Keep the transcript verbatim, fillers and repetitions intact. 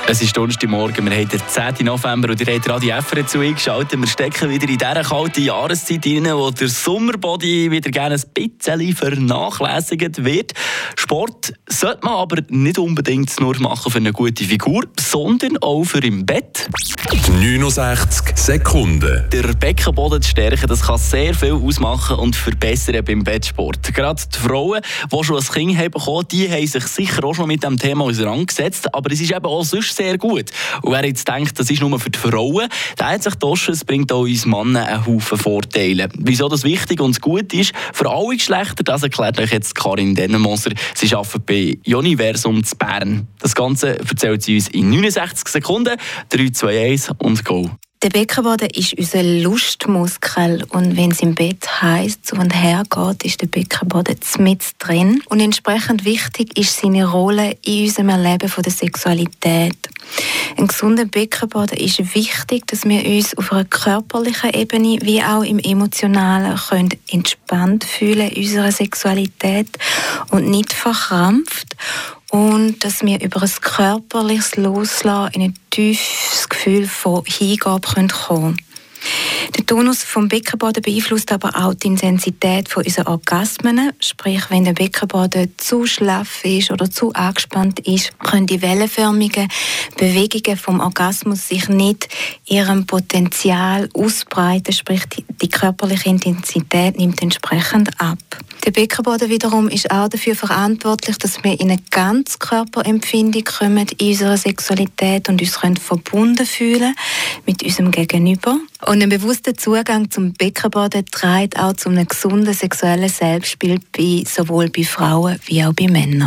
Es ist Donnerstagmorgen, wir haben den zehnten November und ihr habt Radio F R zu eingeschaltet. Wir stecken wieder in dieser kalten Jahreszeit rein, wo der Sommerbody wieder gerne ein bisschen vernachlässigt wird. Sport sollte man aber nicht unbedingt nur machen für eine gute Figur, sondern auch für im Bett. neunundsechzig Sekunden. Der Beckenboden zu stärken, das kann sehr viel ausmachen und verbessern beim Bettsport. Gerade die Frauen, die schon ein Kind haben bekommen, die haben sich sicher auch schon mit dem Thema auseinandergesetzt, aber es ist eben auch sonst sehr gut. Und wer jetzt denkt, das ist nur für die Frauen, der hat sich gedacht, es bringt auch uns Männern einen Haufen Vorteile. Wieso das wichtig und gut ist für alle Geschlechter, das erklärt euch jetzt Karin Dennermoser. Sie arbeitet bei Universum zu Bern. Das Ganze erzählt sie uns in neunundsechzig Sekunden. drei, zwei, eins und go. Der Beckenboden ist unser Lustmuskel und wenn es im Bett heiß zu und her geht, ist der Beckenboden mit drin. Und entsprechend wichtig ist seine Rolle in unserem Erleben von der Sexualität. Ein gesunder Beckenboden ist wichtig, dass wir uns auf einer körperlichen Ebene wie auch im Emotionalen können entspannt fühlen in unserer Sexualität und nicht verkrampft. Und dass wir über ein körperliches Loslassen in ein tiefes Gefühl von Hingabe kommen können. Der Tonus vom Beckenboden beeinflusst aber auch die Intensität von unseren Orgasmen. Sprich, wenn der Beckenboden zu schlaff ist oder zu angespannt ist, können die wellenförmigen Bewegungen vom Orgasmus sich nicht ihrem Potenzial ausbreiten. Sprich, die, die körperliche Intensität nimmt entsprechend ab. Der Beckenboden wiederum ist auch dafür verantwortlich, dass wir in eine Ganzkörperempfindung kommen in unserer Sexualität und uns können verbunden fühlen mit unserem Gegenüber. Und ein bewusster Zugang zum Beckenboden trägt auch zu einem gesunden sexuellen Selbstbild bei, sowohl bei Frauen wie auch bei Männern.